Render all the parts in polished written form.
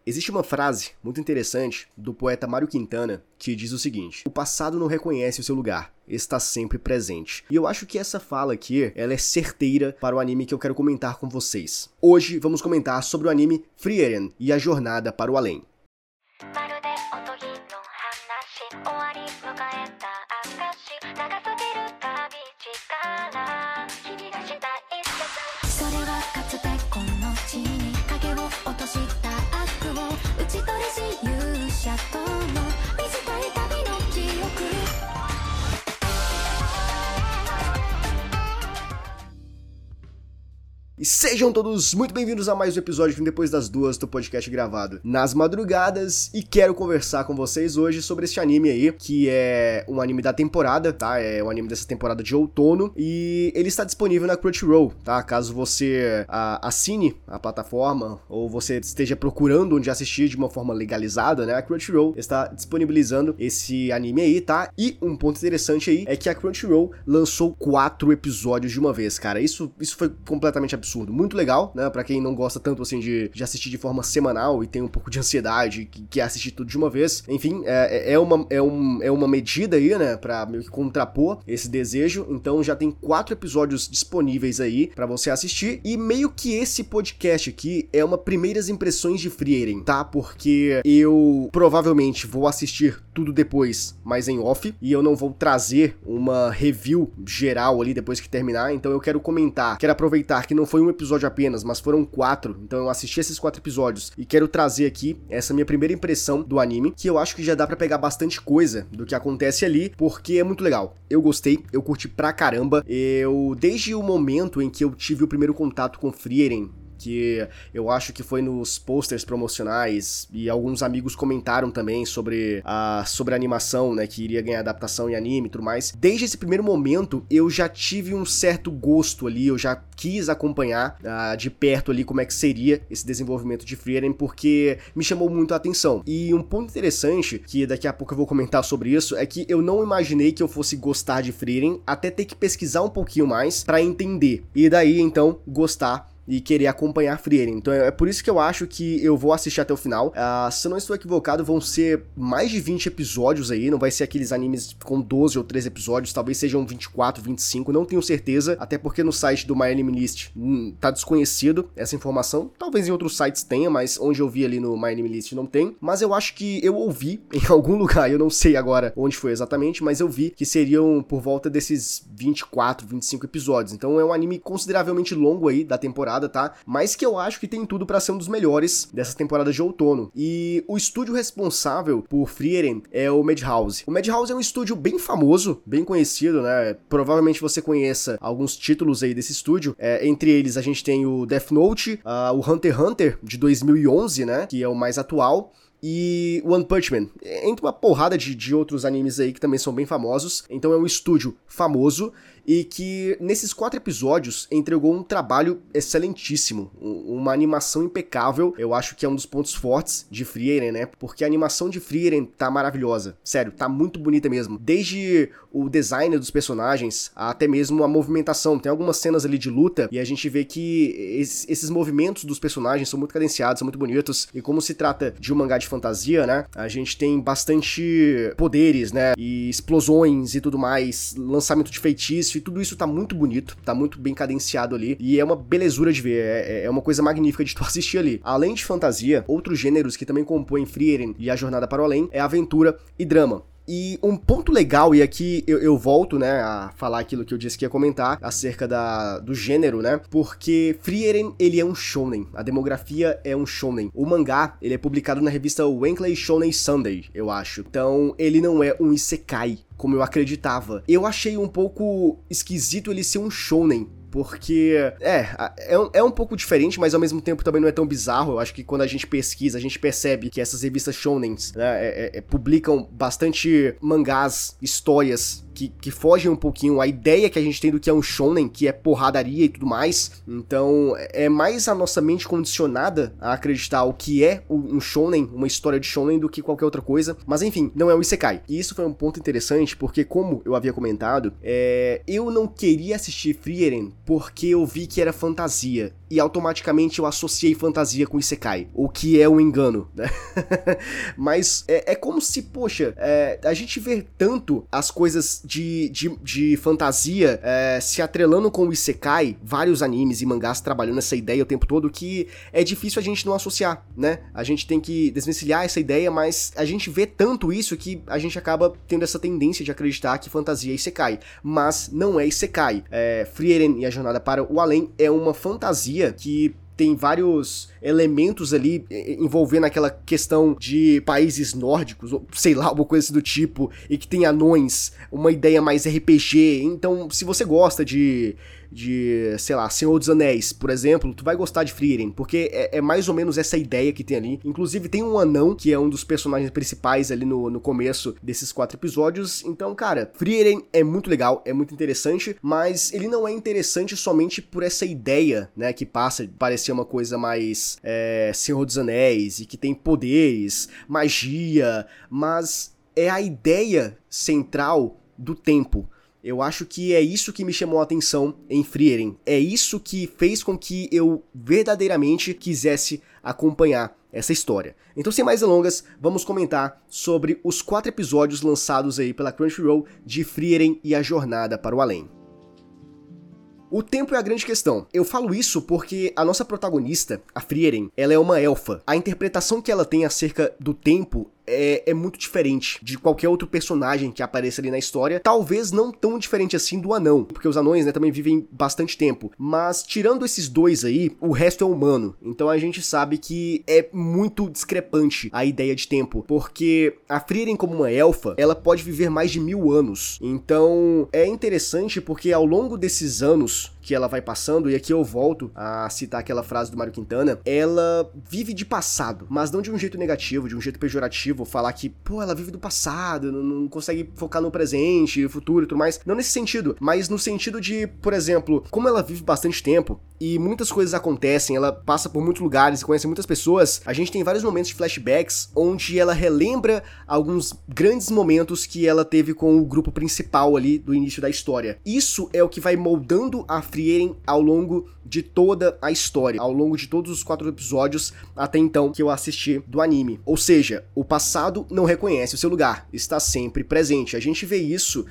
Existe uma frase muito interessante do poeta Mário Quintana que diz o seguinte: o passado não reconhece o seu lugar, está sempre presente. E eu acho que essa fala aqui, ela é certeira para o anime que eu quero comentar com vocês. Hoje vamos comentar sobre o anime Frieren e a Jornada para o Além. E sejam todos muito bem-vindos a mais um episódio de Depois das Duas do podcast gravado nas madrugadas, e quero conversar com vocês hoje sobre este anime aí, que é um anime da temporada, tá? É um anime dessa temporada de outono, e ele está disponível na Crunchyroll, tá? Caso você assine a plataforma, ou você esteja procurando onde assistir de uma forma legalizada, né? A Crunchyroll está disponibilizando esse anime aí, tá? E um ponto interessante aí é que a Crunchyroll lançou 4 episódios de uma vez, cara. Isso foi completamente absurdo. Muito legal, né? Pra quem não gosta tanto assim de assistir de forma semanal e tem um pouco de ansiedade, que quer assistir tudo de uma vez. Enfim, é uma medida aí, né? Pra meio que contrapor esse desejo. Então já tem 4 episódios disponíveis aí pra você assistir. E meio que esse podcast aqui é uma primeiras impressões de Frieren, tá? Porque eu provavelmente vou assistir tudo depois, mas em off. E eu não vou trazer uma review geral ali depois que terminar. Então eu quero comentar, quero aproveitar que não foi um episódio apenas, mas foram 4, então eu assisti esses 4 episódios e quero trazer aqui essa minha primeira impressão do anime, que eu acho que já dá pra pegar bastante coisa do que acontece ali, porque é muito legal. Eu gostei, eu curti pra caramba. Desde o momento em que eu tive o primeiro contato com Frieren, que eu acho que foi nos posters promocionais, e alguns amigos comentaram também sobre a animação, né, que iria ganhar adaptação em anime e tudo mais. Desde esse primeiro momento, eu já tive um certo gosto ali, eu já quis acompanhar de perto ali como é que seria esse desenvolvimento de Frieren, porque me chamou muito a atenção. E um ponto interessante, que daqui a pouco eu vou comentar sobre isso, é que eu não imaginei que eu fosse gostar de Frieren, até ter que pesquisar um pouquinho mais pra entender. E daí, então, gostar e querer acompanhar Frieren. Então é por isso que eu acho que eu vou assistir até o final. Se eu não estou equivocado, vão ser mais de 20 episódios aí, não vai ser aqueles animes com 12 ou 13 episódios, talvez sejam 24, 25, não tenho certeza, até porque no site do My Anime List tá desconhecido essa informação, talvez em outros sites tenha, mas onde eu vi ali no My Anime List não tem, mas eu acho que eu ouvi em algum lugar, eu não sei agora onde foi exatamente, mas eu vi que seriam por volta desses 24, 25 episódios, então é um anime consideravelmente longo aí da temporada, tá? Mas que eu acho que tem tudo pra ser um dos melhores dessa temporada de outono. E o estúdio responsável por Frieren é o Madhouse. O Madhouse é um estúdio bem famoso, bem conhecido, né? Provavelmente você conheça alguns títulos aí desse estúdio. Entre eles a gente tem o Death Note, o Hunter x Hunter de 2011, né? Que é o mais atual. E One Punch Man, entre uma porrada de outros animes aí que também são bem famosos. Então é um estúdio famoso e que nesses 4 episódios entregou um trabalho excelentíssimo, uma animação impecável. Eu acho que é um dos pontos fortes de Frieren, né? Porque a animação de Frieren tá maravilhosa, sério, tá muito bonita mesmo. Desde o design dos personagens até mesmo a movimentação. Tem algumas cenas ali de luta e a gente vê que esses movimentos dos personagens são muito cadenciados, são muito bonitos. E como se trata de um mangá de fantasia, né? A gente tem bastante poderes, né? E explosões e tudo mais, lançamento de feitiço, e tudo isso tá muito bonito, tá muito bem cadenciado ali, e é uma belezura de ver, é uma coisa magnífica de tu assistir ali. Além de fantasia, outros gêneros que também compõem Frieren e a Jornada para o Além é aventura e drama. E um ponto legal, e aqui eu volto, né, a falar aquilo que eu disse que ia comentar acerca do gênero, né, porque Frieren, ele é um shounen, a demografia é um shounen. O mangá, ele é publicado na revista Weekly Shonen Sunday, eu acho. Então, ele não é um isekai, como eu acreditava. Eu achei um pouco esquisito ele ser um shounen, porque é um pouco diferente, mas ao mesmo tempo também não é tão bizarro. Eu acho que quando a gente pesquisa, a gente percebe que essas revistas shounens, né, publicam bastante mangás, histórias que fogem um pouquinho a ideia que a gente tem do que é um shounen, que é porradaria e tudo mais. Então, é mais a nossa mente condicionada a acreditar o que é um shounen, uma história de shounen, do que qualquer outra coisa. Mas enfim, não é um isekai. E isso foi um ponto interessante, porque como eu havia comentado, eu não queria assistir Frieren porque eu vi que era fantasia. e automaticamente eu associei fantasia com Isekai, o que é um engano, né? Mas é como se, poxa, a gente vê tanto as coisas de fantasia se atrelando com o Isekai, vários animes e mangás trabalhando essa ideia o tempo todo, que é difícil a gente não associar, né? A gente tem que desvencilhar essa ideia, mas a gente vê tanto isso que a gente acaba tendo essa tendência de acreditar que fantasia é Isekai, mas não é Isekai. Frieren e a Jornada para o Além é uma fantasia que tem vários elementos ali envolvendo aquela questão de países nórdicos, ou sei lá, alguma coisa do tipo, e que tem anões, uma ideia mais RPG. Então, se você gosta de sei lá, Senhor dos Anéis, por exemplo, tu vai gostar de Frieren, porque é mais ou menos essa ideia que tem ali. Inclusive tem um anão, que é um dos personagens principais ali no começo desses 4 episódios. Então, cara, Frieren é muito legal, é muito interessante, mas ele não é interessante somente por essa ideia, né, que passa de parecer uma coisa mais Senhor dos Anéis, e que tem poderes, magia, mas é a ideia central do tempo. Eu acho que é isso que me chamou a atenção em Frieren. É isso que fez com que eu verdadeiramente quisesse acompanhar essa história. Então, sem mais delongas, vamos comentar sobre os 4 episódios lançados aí pela Crunchyroll de Frieren e a Jornada para o Além. O tempo é a grande questão. Eu falo isso porque a nossa protagonista, a Frieren, ela é uma elfa. A interpretação que ela tem acerca do tempo é muito diferente de qualquer outro personagem que apareça ali na história. Talvez não tão diferente assim do anão, porque os anões, né, também vivem bastante tempo. Mas tirando esses dois aí, o resto é humano. Então a gente sabe que é muito discrepante a ideia de tempo, porque a Frieren, como uma elfa, ela pode viver mais de 1000 anos. Então é interessante porque ao longo desses anos que ela vai passando, e aqui eu volto a citar aquela frase do Mário Quintana, ela vive de passado, mas não de um jeito negativo, de um jeito pejorativo, falar que, pô, ela vive do passado, não consegue focar no presente, no futuro e tudo mais, não nesse sentido, mas no sentido de, por exemplo, como ela vive bastante tempo, e muitas coisas acontecem, ela passa por muitos lugares e conhece muitas pessoas, a gente tem vários momentos de flashbacks, onde ela relembra alguns grandes momentos que ela teve com o grupo principal ali do início da história. Isso é o que vai moldando a Frieren ao longo de toda a história, ao longo de todos os 4 episódios até então que eu assisti do anime. Ou seja, o passado não reconhece o seu lugar, está sempre presente. A gente vê isso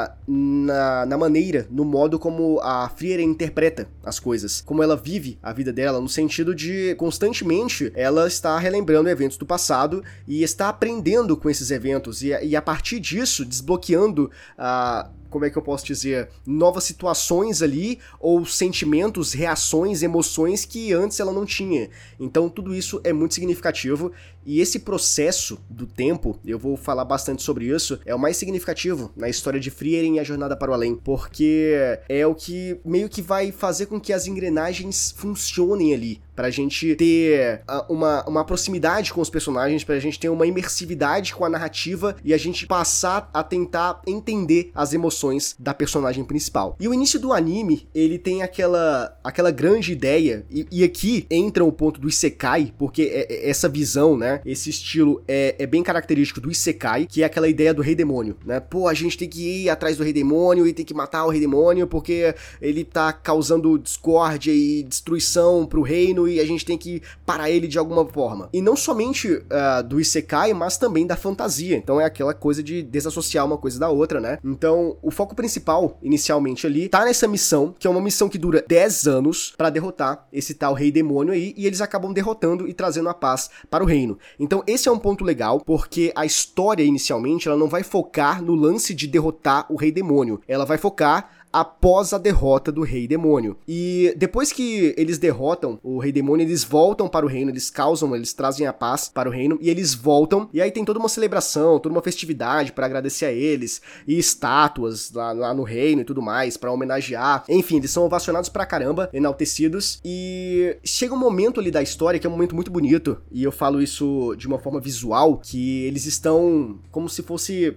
na maneira, no modo como a Frieren interpreta as coisas, como ela vive a vida dela, no sentido de constantemente ela está relembrando eventos do passado e está aprendendo com esses eventos e a partir disso desbloqueando como é que eu posso dizer, novas situações ali, ou sentimentos, reações, emoções que antes ela não tinha. Então tudo isso é muito significativo, e esse processo do tempo, eu vou falar bastante sobre isso, é o mais significativo na história de Frieren e a Jornada para o Além, porque é o que meio que vai fazer com que as engrenagens funcionem ali, pra gente ter uma proximidade com os personagens, pra gente ter uma imersividade com a narrativa e a gente passar a tentar entender as emoções da personagem principal. E o início do anime, ele tem aquela grande ideia, e aqui entra o ponto do Isekai, porque essa visão, né, esse estilo é bem característico do Isekai, que é aquela ideia do rei demônio, né? Pô, a gente tem que ir atrás do rei demônio e tem que matar o rei demônio porque ele tá causando discórdia e destruição pro reino e a gente tem que parar ele de alguma forma. E não somente do Isekai, mas também da fantasia. Então é aquela coisa de desassociar uma coisa da outra, né? Então o foco principal, inicialmente ali, tá nessa missão, que é uma missão que dura 10 anos pra derrotar esse tal rei demônio aí, e eles acabam derrotando e trazendo a paz para o reino. Então esse é um ponto legal, porque a história inicialmente, ela não vai focar no lance de derrotar o rei demônio. Ela vai focar após a derrota do Rei Demônio. E depois que eles derrotam o Rei Demônio, eles voltam para o reino, eles trazem a paz para o reino, e eles voltam, e aí tem toda uma celebração, toda uma festividade para agradecer a eles, e estátuas lá no reino e tudo mais, para homenagear. Enfim, eles são ovacionados pra caramba, enaltecidos, e chega um momento ali da história, que é um momento muito bonito, e eu falo isso de uma forma visual, que eles estão como se fosse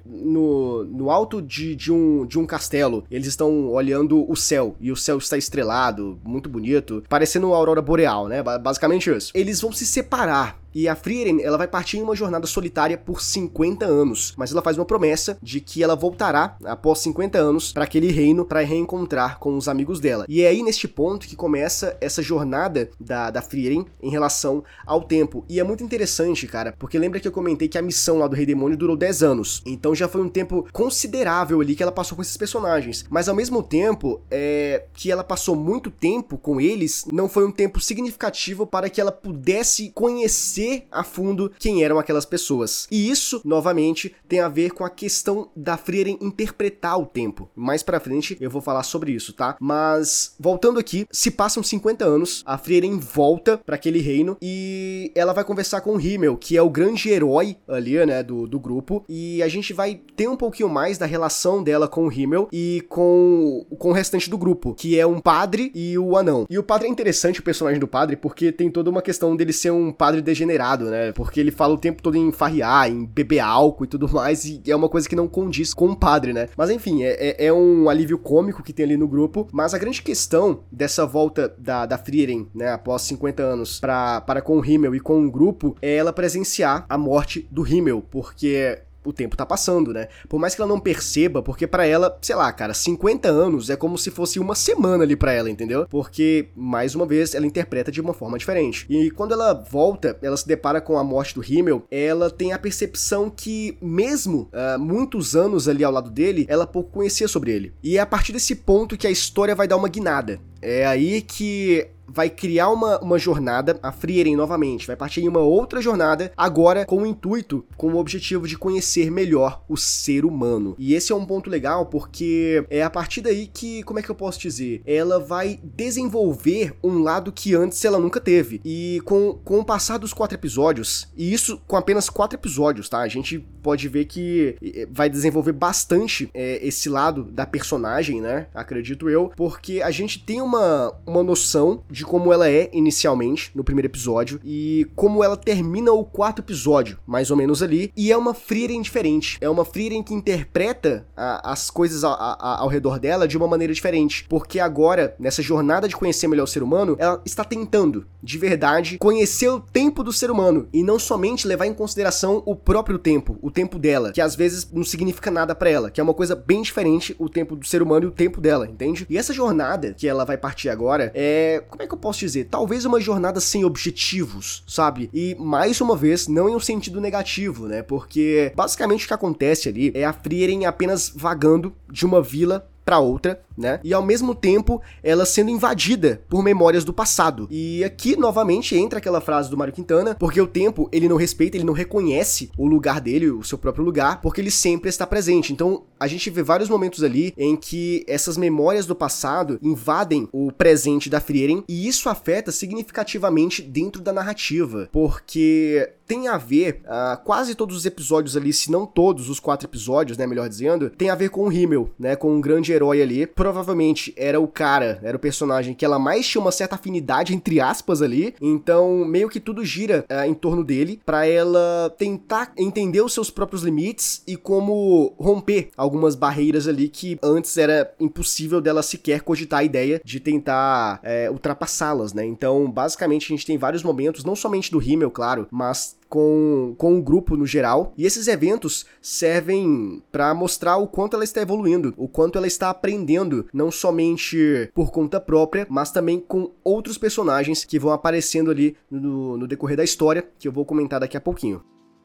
no alto de um castelo, eles estão olhando o céu, e o céu está estrelado, muito bonito, parecendo uma aurora boreal, né? Basicamente isso. Eles vão se separar, E a Frieren, ela vai partir em uma jornada solitária por 50 anos, mas ela faz uma promessa de que ela voltará após 50 anos para aquele reino para reencontrar com os amigos dela. E é aí neste ponto que começa essa jornada da Frieren em relação ao tempo. E é muito interessante, cara, porque lembra que eu comentei que a missão lá do Rei Demônio durou 10 anos. Então já foi um tempo considerável ali que ela passou com esses personagens. Mas ao mesmo tempo, que ela passou muito tempo com eles, não foi um tempo significativo para que ela pudesse conhecer a fundo quem eram aquelas pessoas. E isso, novamente, tem a ver com a questão da Frieren interpretar o tempo. Mais pra frente eu vou falar sobre isso, tá? Mas, voltando aqui, se passam 50 anos, a Frieren volta para aquele reino e ela vai conversar com o Himmel, que é o grande herói ali, né, do grupo, e a gente vai ter um pouquinho mais da relação dela com o Himmel e com o restante do grupo, que é um padre e o anão. E o padre é interessante, o personagem do padre, porque tem toda uma questão dele ser um padre degenerado, né, porque ele fala o tempo todo em farrear, em beber álcool e tudo mais, e é uma coisa que não condiz com o padre, né. Mas enfim, é um alívio cômico que tem ali no grupo, mas a grande questão dessa volta da Frieren, né, após 50 anos para com o Himmel e com o grupo, é ela presenciar a morte do Himmel, porque o tempo tá passando, né? Por mais que ela não perceba, porque pra ela, sei lá, cara, 50 anos é como se fosse uma semana ali pra ela, entendeu? Porque, mais uma vez, ela interpreta de uma forma diferente. E quando ela volta, ela se depara com a morte do Himmel, ela tem a percepção que, mesmo muitos anos ali ao lado dele, ela pouco conhecia sobre ele. E é a partir desse ponto que a história vai dar uma guinada. É aí que vai criar uma jornada, a Frieren novamente, vai partir em uma outra jornada, agora com o intuito, com o objetivo de conhecer melhor o ser humano. E esse é um ponto legal, porque é a partir daí que, como é que eu posso dizer? Ela vai desenvolver um lado que antes ela nunca teve. E com o passar dos 4 episódios, e isso com apenas 4 episódios, tá? A gente pode ver que vai desenvolver bastante esse lado da personagem, né? Acredito eu, porque a gente tem uma noção de como ela é inicialmente no primeiro episódio e como ela termina o 4º episódio, mais ou menos ali, e é uma Frieren diferente, é uma Frieren que interpreta as coisas ao redor dela de uma maneira diferente, porque agora, nessa jornada de conhecer melhor o ser humano, ela está tentando, de verdade, conhecer o tempo do ser humano e não somente levar em consideração o próprio tempo, o tempo dela, que às vezes não significa nada pra ela, que é uma coisa bem diferente o tempo do ser humano e o tempo dela, entende? E essa jornada que ela vai partir agora como é que eu posso dizer? Talvez uma jornada sem objetivos, sabe? E, mais uma vez, não em um sentido negativo, né? Porque, basicamente, o que acontece ali é a Frieren apenas vagando de uma vila pra outra, né? E ao mesmo tempo ela sendo invadida por memórias do passado. E aqui novamente entra aquela frase do Mário Quintana, porque o tempo ele não respeita, ele não reconhece o lugar dele, o seu próprio lugar, porque ele sempre está presente. Então a gente vê vários momentos ali em que essas memórias do passado invadem o presente da Frieren e isso afeta significativamente dentro da narrativa, porque tem a ver, quase todos os episódios ali, se não todos os 4 episódios, né, melhor dizendo, tem a ver com o Himmel, né, com um grande herói ali. Provavelmente era o personagem que ela mais tinha uma certa afinidade, entre aspas, ali. Então, meio que tudo gira em torno dele, pra ela tentar entender os seus próprios limites e como romper algumas barreiras ali que antes era impossível dela sequer cogitar a ideia de tentar ultrapassá-las, né. Então, basicamente, a gente tem vários momentos, não somente do Himmel, claro, mas com o grupo no geral, e esses eventos servem para mostrar o quanto ela está evoluindo, o quanto ela está aprendendo, não somente por conta própria, mas também com outros personagens que vão aparecendo ali no decorrer da história, que eu vou comentar daqui a pouquinho.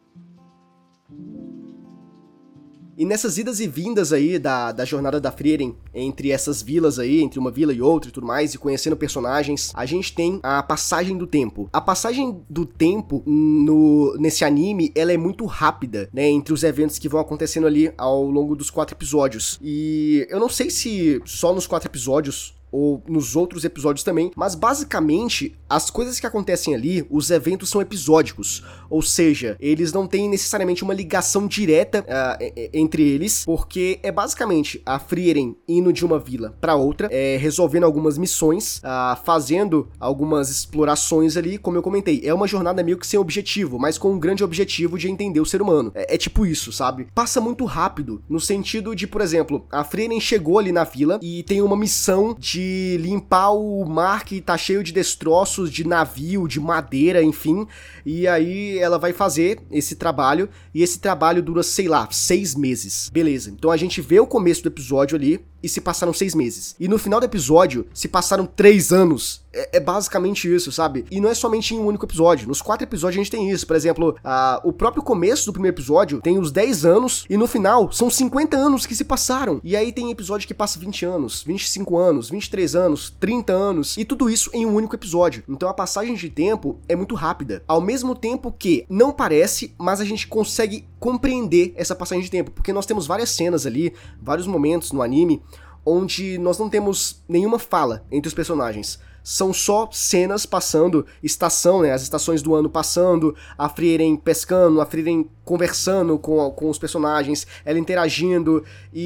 E nessas idas e vindas aí da jornada da Frieren, entre essas vilas aí, entre uma vila e outra e tudo mais, e conhecendo personagens, a gente tem a passagem do tempo. A passagem do tempo nesse anime, ela é muito rápida, né, entre os eventos que vão acontecendo ali ao longo dos 4 episódios. E eu não sei se só nos 4 episódios ou nos outros episódios também, mas basicamente as coisas que acontecem ali, os eventos são episódicos, ou seja, eles não têm necessariamente uma ligação direta entre eles, porque é basicamente a Frieren indo de uma vila pra outra, resolvendo algumas missões, fazendo algumas explorações ali, como eu comentei, é uma jornada meio que sem objetivo, mas com um grande objetivo de entender o ser humano, é tipo isso, sabe? Passa muito rápido, no sentido de, por exemplo, a Frieren chegou ali na vila e tem uma missão de de limpar o mar que tá cheio de destroços, de navio, de madeira, enfim. E aí ela vai fazer esse trabalho, e esse trabalho dura, sei lá, 6 meses. Beleza, então a gente vê o começo do episódio ali, e se passaram 6 meses. E no final do episódio, se passaram 3 anos. É basicamente isso, sabe? E não é somente em um único episódio. Nos 4 episódios a gente tem isso. Por exemplo, o próprio começo do primeiro episódio tem os 10 anos, e no final são 50 anos que se passaram. E aí tem episódio que passa 20 anos, 25 anos, 23 anos, 30 anos, e tudo isso em um único episódio. Então a passagem de tempo é muito rápida. Ao mesmo tempo que não parece, mas a gente consegue compreender essa passagem de tempo, porque nós temos várias cenas ali, vários momentos no anime, onde nós não temos nenhuma fala entre os personagens. São só cenas passando, estação, né, as estações do ano passando, a Frieren pescando, a Frieren conversando com os personagens, ela interagindo,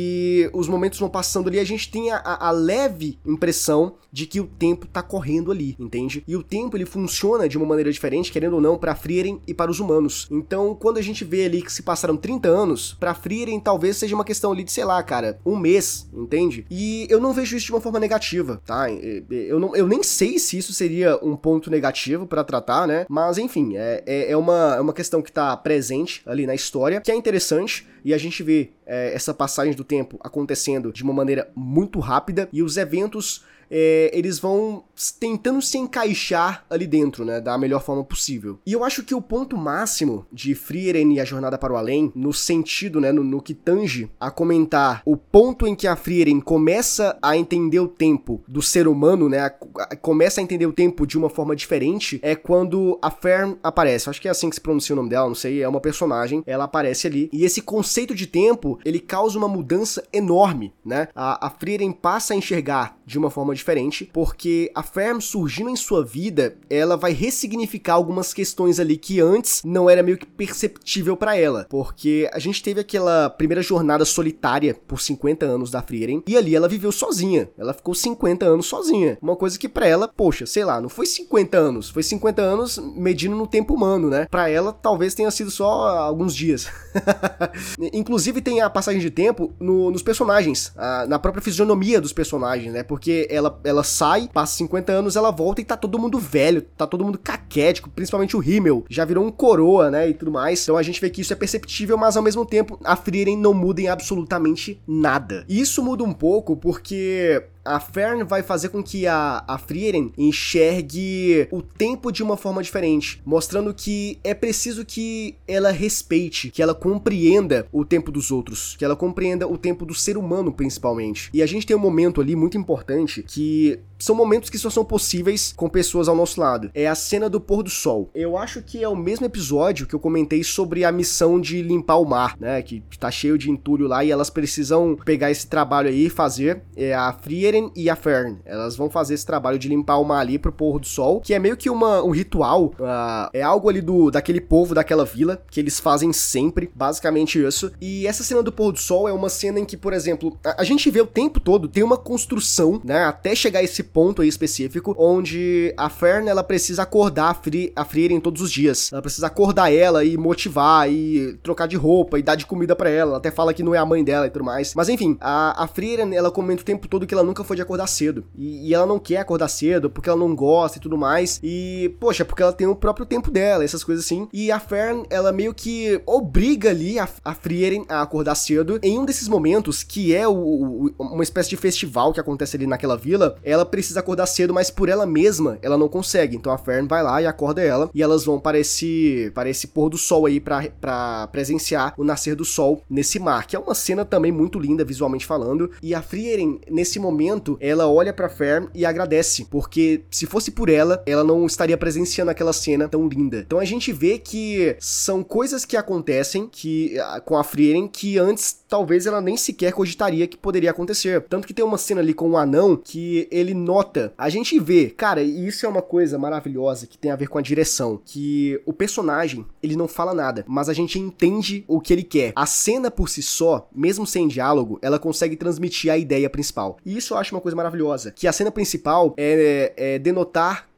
e os momentos vão passando ali, a gente tem a leve impressão de que o tempo tá correndo ali, entende? E o tempo, ele funciona de uma maneira diferente, querendo ou não, pra Frieren e para os humanos. Então, quando a gente vê ali que se passaram 30 anos, pra Frieren talvez seja uma questão ali de, sei lá, cara, um mês, entende? E eu não vejo isso de uma forma negativa, tá? Eu nem sei se isso seria um ponto negativo pra tratar, né? Mas, enfim, é uma questão que tá presente ali na história, que é interessante, e a gente vê essa passagem do tempo acontecendo de uma maneira muito rápida, e os eventos eles vão tentando se encaixar ali dentro, né, da melhor forma possível. E eu acho que o ponto máximo de Frieren e a Jornada para o Além, no sentido, né, no que tange a comentar o ponto em que a Frieren começa a entender o tempo do ser humano, né, começa a entender o tempo de uma forma diferente, é quando a Fern aparece. Acho que é assim que se pronuncia o nome dela, não sei, é uma personagem, ela aparece ali, e esse conceito de tempo, ele causa uma mudança enorme, né, a Frieren passa a enxergar de uma forma diferente, porque a Fern surgindo em sua vida, ela vai ressignificar algumas questões ali que antes não era meio que perceptível pra ela, porque a gente teve aquela primeira jornada solitária por 50 anos da Frieren, e ali ela viveu sozinha, ela ficou 50 anos sozinha, uma coisa que pra ela, poxa, sei lá, não foi 50 anos, foi 50 anos medindo no tempo humano, né, pra ela talvez tenha sido só alguns dias. Inclusive tem a passagem de tempo nos personagens, na própria fisionomia dos personagens, né, porque ela sai, passa 50 anos, ela volta e tá todo mundo velho, tá todo mundo caquético, principalmente o Himmel, já virou um coroa, né, e tudo mais. Então a gente vê que isso é perceptível, mas ao mesmo tempo a Frieren não muda em absolutamente nada. E isso muda um pouco porque a Fern vai fazer com que a Frieren enxergue o tempo de uma forma diferente, mostrando que é preciso que ela respeite, que ela compreenda o tempo dos outros, que ela compreenda o tempo do ser humano, principalmente. E a gente tem um momento ali muito importante, que são momentos que só são possíveis com pessoas ao nosso lado. É a cena do pôr do sol. Eu acho que é o mesmo episódio que eu comentei sobre a missão de limpar o mar, né, que tá cheio de entulho lá, e elas precisam pegar esse trabalho aí e fazer. A Frieren e a Fern, elas vão fazer esse trabalho de limpar o mar ali pro pôr do sol, que é meio que um ritual, é algo ali daquele povo, daquela vila, que eles fazem sempre, basicamente isso. E essa cena do pôr do sol é uma cena em que, por exemplo, a gente vê o tempo todo, tem uma construção, né, até chegar a esse ponto aí específico, onde a Fern, ela precisa acordar a Frieren todos os dias. Ela precisa acordar ela e motivar, e trocar de roupa, e dar de comida pra ela. Ela até fala que não é a mãe dela e tudo mais. Mas enfim, a Frieren, ela comenta o tempo todo que ela nunca foi de acordar cedo. E ela não quer acordar cedo, porque ela não gosta e tudo mais. E, poxa, porque ela tem o próprio tempo dela, essas coisas assim. E a Fern, ela meio que obriga ali a Frieren a acordar cedo. Em um desses momentos, que é uma espécie de festival que acontece ali naquela vila, ela precisa acordar cedo, mas por ela mesma, ela não consegue. Então a Fern vai lá e acorda ela, e elas vão para esse pôr do sol aí, pra presenciar o nascer do sol nesse mar, que é uma cena também muito linda, visualmente falando. E a Frieren, nesse momento, ela olha pra Fern e agradece, porque se fosse por ela não estaria presenciando aquela cena tão linda. Então a gente vê que são coisas que acontecem com a Frieren que antes talvez ela nem sequer cogitaria que poderia acontecer. Tanto que tem uma cena ali com o anão que ele nota, a gente vê, cara, e isso é uma coisa maravilhosa que tem a ver com a direção, que o personagem, ele não fala nada, mas a gente entende o que ele quer. A cena por si só, mesmo sem diálogo, ela consegue transmitir a ideia principal. E isso eu acho uma coisa maravilhosa, que a cena principal é denotar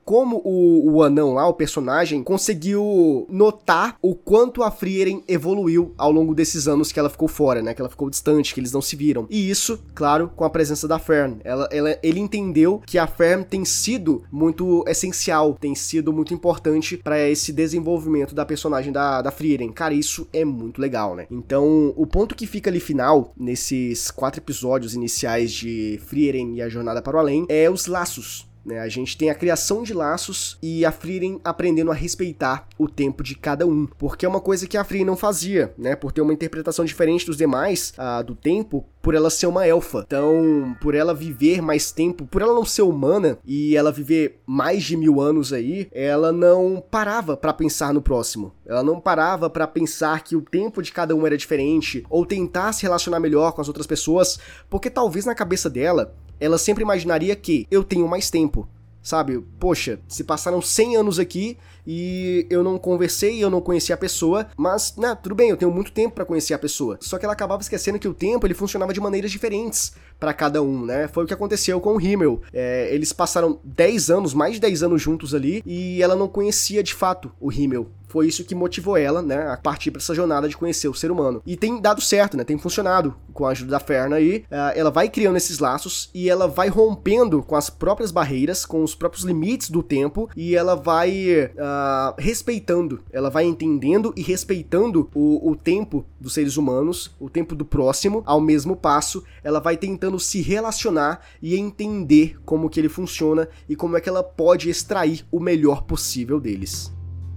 como o anão lá, o personagem, conseguiu notar o quanto a Frieren evoluiu ao longo desses anos que ela ficou fora, né? Que ela ficou distante, que eles não se viram. E isso, claro, com a presença da Fern. Ele entendeu que a Fern tem sido muito essencial, tem sido muito importante para esse desenvolvimento da personagem da Frieren. Cara, isso é muito legal, né? Então, o ponto que fica ali final, nesses 4 episódios iniciais de Frieren e a Jornada para o Além, é os laços. A gente tem a criação de laços e a Frieren aprendendo a respeitar o tempo de cada um, porque é uma coisa que a Frieren não fazia, né? Por ter uma interpretação diferente dos demais do tempo, por ela ser uma elfa. Então, por ela viver mais tempo, por ela não ser humana e ela viver mais de 1000 anos aí, ela não parava pra pensar no próximo. Ela não parava pra pensar que o tempo de cada um era diferente ou tentar se relacionar melhor com as outras pessoas, porque talvez na cabeça dela ela sempre imaginaria que eu tenho mais tempo, sabe? Poxa, se passaram 100 anos aqui e eu não conversei, eu não conheci a pessoa, mas, né, tudo bem, eu tenho muito tempo pra conhecer a pessoa. Só que ela acabava esquecendo que o tempo, ele funcionava de maneiras diferentes pra cada um, né? Foi o que aconteceu com o Himmel. Eles passaram 10 anos, mais de 10 anos juntos ali, e ela não conhecia de fato o Himmel. Foi isso que motivou ela, né, a partir pra essa jornada de conhecer o ser humano. E tem dado certo, né, tem funcionado com a ajuda da Fern aí. Ela vai criando esses laços e ela vai rompendo com as próprias barreiras, com os próprios limites do tempo, e ela vai respeitando, ela vai entendendo e respeitando o tempo dos seres humanos, o tempo do próximo. Ao mesmo passo, ela vai tentando se relacionar e entender como que ele funciona e como é que ela pode extrair o melhor possível deles.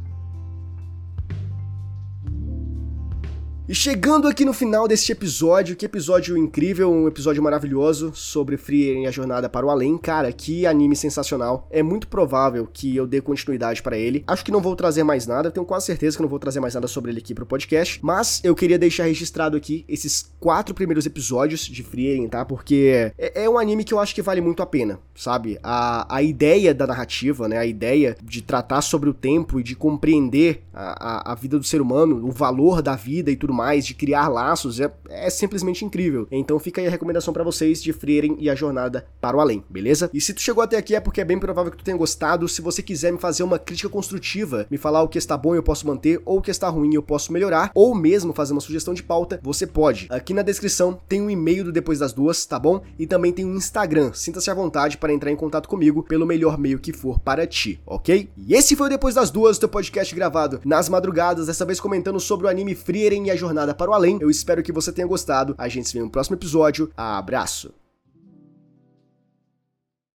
E chegando aqui no final deste episódio, que episódio incrível, um episódio maravilhoso sobre Frieren e a Jornada para o Além. Cara, que anime sensacional. É muito provável que eu dê continuidade para ele. Acho que não vou trazer mais nada, tenho quase certeza que não vou trazer mais nada sobre ele aqui pro podcast, mas eu queria deixar registrado aqui esses 4 primeiros episódios de Frieren, tá? Porque é um anime que eu acho que vale muito a pena, sabe? A ideia da narrativa, né? A ideia de tratar sobre o tempo e de compreender a vida do ser humano, o valor da vida e tudo mais, de criar laços, é simplesmente incrível. Então fica aí a recomendação pra vocês de Frieren e a Jornada para o Além, beleza? E se tu chegou até aqui é porque é bem provável que tu tenha gostado. Se você quiser me fazer uma crítica construtiva, me falar o que está bom eu posso manter, ou o que está ruim eu posso melhorar, ou mesmo fazer uma sugestão de pauta, você pode. Aqui na descrição tem um e-mail do Depois das Duas, tá bom? E também tem um Instagram. Sinta-se à vontade para entrar em contato comigo pelo melhor meio que for para ti, ok? E esse foi o Depois das Duas, teu podcast gravado nas madrugadas, dessa vez comentando sobre o anime Frieren e a Jornada para o Além. Eu espero que você tenha gostado. A gente se vê no próximo episódio. Abraço!